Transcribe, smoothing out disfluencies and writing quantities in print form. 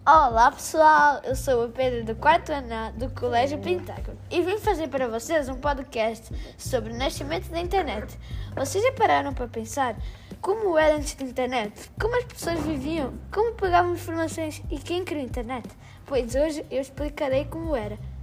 Olá pessoal, eu sou o Pedro do 4º ano do Colégio Pentágono e vim fazer para vocês um podcast sobre o nascimento da internet. Vocês já pararam para pensar como era antes da internet? Como as pessoas viviam? Como pegavam informações e quem criou a internet? Pois hoje eu explicarei como era.